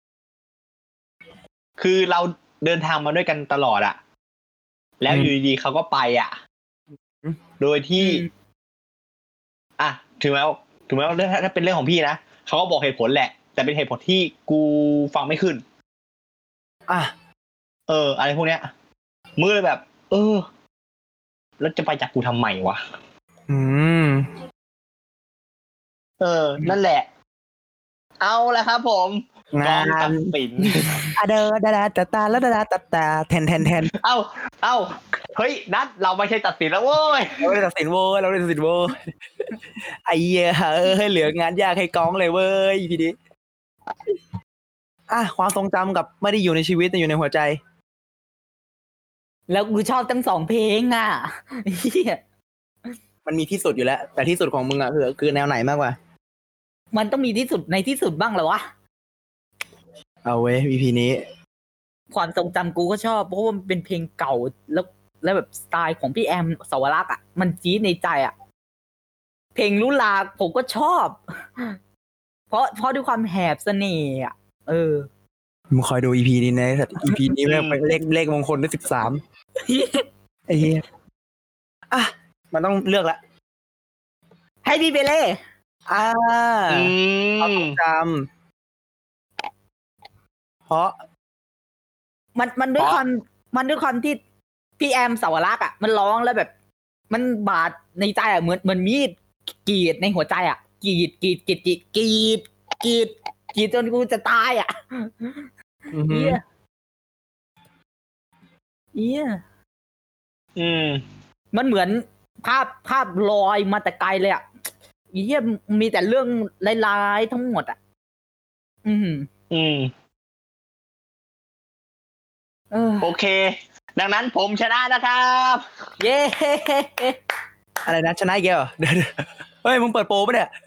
คือเราเดินทางมาด้วยกันตลอดแล้วอยู่ดีๆเขาก็ไปโดยที่ถึงแม้ว่าถ้าเป็นเรื่องของพี่นะเขาก็บอกเหตุผลแหละแต่เป็นเหตุผลที่กูฟังไม่ขึ้นอะไรพวกเนี้ยมือเลยแบบแล้วจะไปจากกูทำไมวะนั่นแหละเอาละครับผมงานปิ่นเดอตาแล้วตาแทนเอ้าเฮ้ยนัดเราไม่ใช่ตัดสินแล้วเว้ยเราไม่ตัดสินโว้ยไอ้เหี้ยเหลืองานยากให้ก้องเลยเว้ยพี่ดิความทรงจำกับไม่ได้อยู่ในชีวิตแต่อยู่ในหัวใจแล้วกูชอบทั้ง2เพลงมันมีที่สุดอยู่แล้วแต่ที่สุดของมึงคือแนวไหนมากกว่ามันต้องมีที่สุดในที่สุดบ้างเหรอวะเอาเว้ย EP นี้ความทรงจำกูก็ชอบเพราะว่ามันเป็นเพลงเก่าแล้วแบบสไตล์ของพี่แอมสวรักษ์มันจี๊ดในใจเพลงลุลาผมก็ชอบเพราะด้วยความแหบเสน่ห์มึงคอยดู EP นี้นะ EP นี้แม่งเป็นเลขมงคลได้13ไอ้เหี้ยมันต้องเลือกละให้พี่เปเล่ความทรงจำเพราะมันด้วยความที่พี่แอมสาวรักษ์อ่ะมันร้องแล้วแบบมันบาดในใจอ่ะเหมือนมีดกรีดในหัวใจอ่ะกรีดจนกูจะตายอ่ะเหี้ยมันเหมือนภาพลอยมาแต่ไกลเลยอ่ะเหี้ยมีแต่เรื่องร้ายๆทั้งหมดอ่ะโอเคดังนั้นผมชนะนะครับเย้อะไรนะชนะอีกแล้วเหรอเดี๋ยวเฮ้ยมึงเปิดโปรปะเนี่ย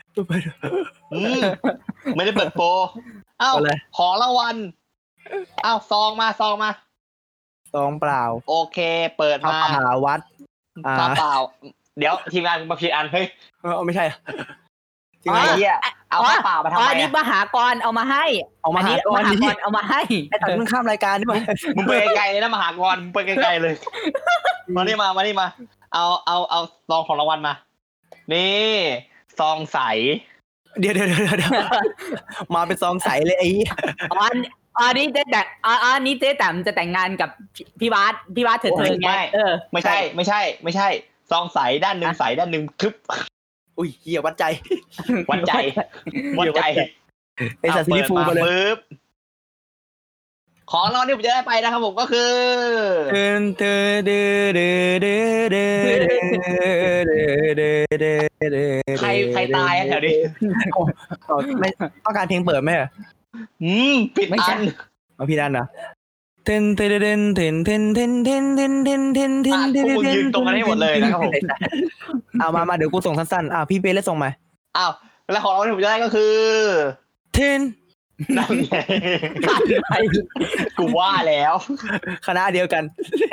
ไม่ได้เปิดโปรเอ้าของรางวัลเอ้าซองมาซองเปล่าโอเคเปิดมาวัดเปล่าเดี๋ยวทีมงานมาผิดอันเฮ้ยไม่ใช่ทีมงานเหี้ยเอาเปล่ามาทำไมอันนี้มหากรเอามาให้อันนี้มหากรเอามาให้ไอ้ตัดมึงข้ามรายการนี่มึงไปไกลเลยนะมหากรมึงไปไกลๆเลยมานี่มาเอาซองของรางวัลมานี่ซองใสเดี๋ยวมาเป็นซองใสเลยไอ้อันนี้เจ๊แต่อันนี้เจ๊แต่มจะแต่งงานกับพี่บาสเธอไงไม่ใช่ซองใสด้านนึงใสด้านนึงทึบอุ้ยเหี้ยวัดใจไอ้สัตว์ซีฟูมาเลยปึ๊บของเราที่ผมจะได้ไปนะครับผมก็คือใครตายแถวนี้ไม่ต้องการเพลงเปิดไหมปิดอันเอาพี่ดันนะพวกมึงยืนตรงกันให้หมดเลยนะครับผมเอามาเดี๋ยวกูส่งสั้นๆพี่เป้เล่นส่งมาอ้าวแล้วของเราที่ผมจะได้ก็คือนั่นไงกูว่าแล้วคณะเดียวกัน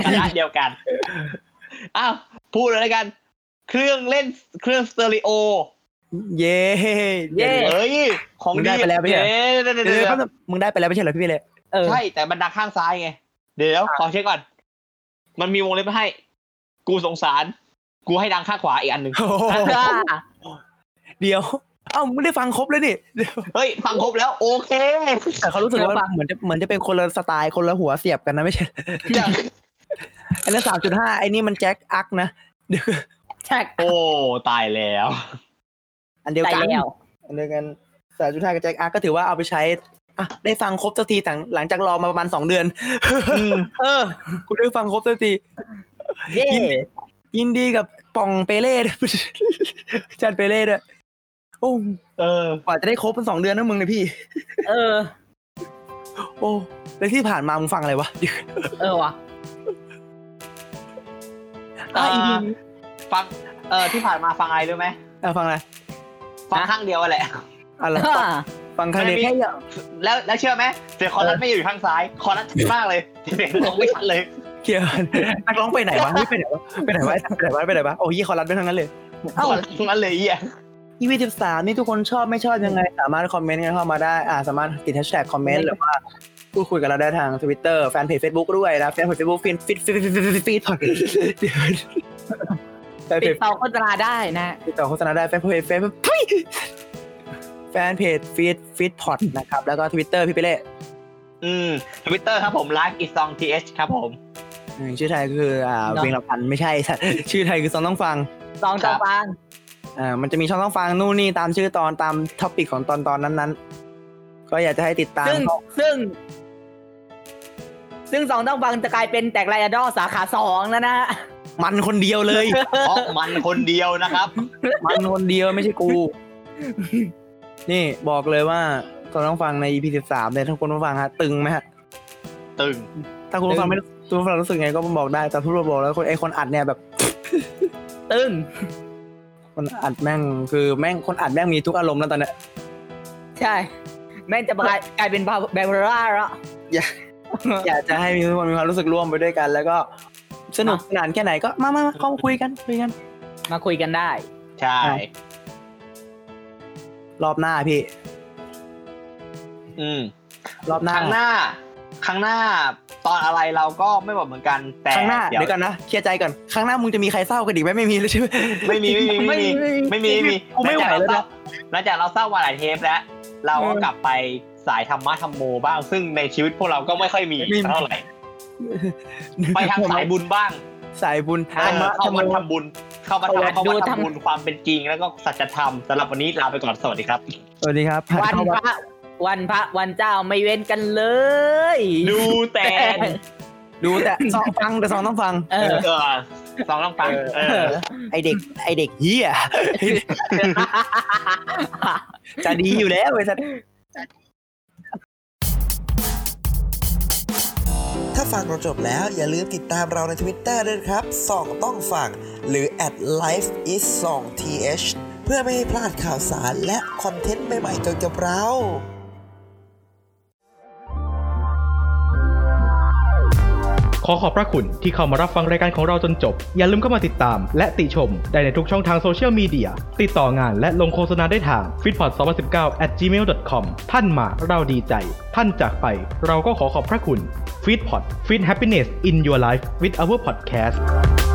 อ้าวพูดเลยแล้วกันเครื่องเล่นเครื่องสเตอริโอเย้เฮ้ยของดีไปแล้วไม่ใช่มึงได้ไปแล้วไม่ใช่เหรอพี่เป้ใช่แต่มันดังข้างซ้ายไงเดี๋ยวขอเช็คก่อนมันมีวงเล็บให้กูสงสารกูให้ดังข้างขวาอีกอันนึงเดี๋ยวมึงได้ฟังครบแล้วนี่เฮ้ยฟังครบแล้วโอเคแต่เขารู้สึกว่าเหมือนจะเป็นคนละสไตล์คนละหัวเสียบกันนะไม่ใช่อันนั้น 3.5 ไอ้นี่มันแจ็คอักนะเดี๋ยวแจ็คโอ้ตายแล้วอันเดียวกัน 3.5 กับแจ็คอักก็ถือว่าเอาไปใช้ได้ฟังครบสักทีหลังจากรอมาประมาณ2 เดือนกูได้ฟังครบสักทียินดีกับป่องเปเล่จันเปเล่ด้วยกว่าจะได้ครบเป็น2 เดือนนะมึงเนี่ยพี่แล้วที่ผ่านมามึงฟังอะไรวะวะฟังที่ผ่านมาฟังอะไรรู้ไหมฟังอะไรฟังข้างเดียวแหละอะไรฟังข้างเดียวแค่แล้วเชื่อไหมเสียงคอรัสไม่อยู่ข้างซ้ายคอรัสชัดมากเลยเสียงร้องไม่ชัดเลยเกี่ยวนักร้องไปไหนวะไปไหนวะโอ้ยคอรัสไปทั้งนั้นเลยทั้งนั้นเลย 23นี่ทุกคนชอบไม่ชอบยังไงสามารถคอมเมนต์กันเข้ามาได้สามารถติดแฮชแท็กคอมเมนต์หรือว่าพูดคุยกับเราได้ทาง Twitter แฟนเพจ Facebook ด้วยนะแฟนเพจ Facebook ฟีดพอดติดต่อโฆษณาได้นะติดต่อโฆษณาได้แฟนเพจฟีดพอดนะครับแล้วก็ Twitter พี่เป้เล่ Twitter ครับผม live_ith ครับผมชื่อไทยคือเวงละพันไม่ใช่ชื่อไทยคือซองต้องฟังมันจะมีช่องต้องฟังนู่นนี่ตามชื่อตอนตามท็อปิกของตอนนั้นๆก็อยากจะให้ติดตามซึ่งสองต้องฟังจะกลายเป็นแตกไลอดอสาขา2แล้วนะมันคนเดียวเลยเพราะมันคนเดียวนะครับมันคนเดียวไม่ใช่กูนี่บอกเลยว่าสองต้องฟังใน EP 13เนี่ยถ้าคุณผู้ฟังฮะตึงไหมฮะตึงถ้าคุณผู้ฟังไม่คุณผู้ฟังรู้สึกไงก็บอกได้แต่ทุกคนบอกแล้วคนอัดเนี่ยแบบตึงคนอัดแม่งคือแม่งคนอัดแม่งมีทุกอารมณ์แล้วตอนเนี้ยใช่แม่งจะกลายเป็นแบลล่าแล้วอยากจะให้มีทุกคนมีความรู้สึกร่วมไปด้วยกันแล้วก็สนุกสนานแค่ไหนก็มาเข้ามาคุยกันมาคุยกันได้ใช่รอบหน้าพี่รอบหน้าครั้งหน้าตอนอะไรเราก็ไม่บอกเหมือนกันแต่ครั้งหน้าเดี๋ยวกันนะเคลียร์ใจก่อนครั้งหน้ามึงจะมีใครเศร้ากันอีกไหมไม่มีเลยใช่ไหมไม่มีกูไม่ไหวแล้วนะหลังจากเราเศร้ามาหลายเทปแล้วเราก็กลับไปสายธรรมะธรรมโมบ้างซึ่งในชีวิตพวกเราก็ไม่ค่อยมีเท่าไหร่ไปทางสายบุญบ้างสายบุญเข้ามาทำบุญความเป็นจริงแล้วก็สัจธรรมสำหรับวันนี้ลาไปก่อนสวัสดีครับสวัสดีครับวันพระวันเจ้าไม่เว้นกันเลยดูแต่สองฟังแต่สองต้องฟังสองต้องฟังไอเด็กเหี้ยจะดีอยู่แล้วไอ้สัสถ้าฟังเราจบแล้วอย่าลืมติดตามเราใน Twitter ด้วยครับส่องต้องฟังหรือ @lifeis2th เพื่อไม่ให้พลาดข่าวสารและคอนเทนต์ใหม่ๆเกี่ยวกับเราขอขอบพระคุณที่เข้ามารับฟังรายการของเราจนจบอย่าลืมเข้ามาติดตามและติชมได้ในทุกช่องทางโซเชียลมีเดียติดต่องานและลงโฆษณาได้ทาง feedpot2019@gmail.com ท่านมาเราดีใจท่านจากไปเราก็ขอขอบพระคุณ Feedpot Feed Happiness in Your Life with our podcast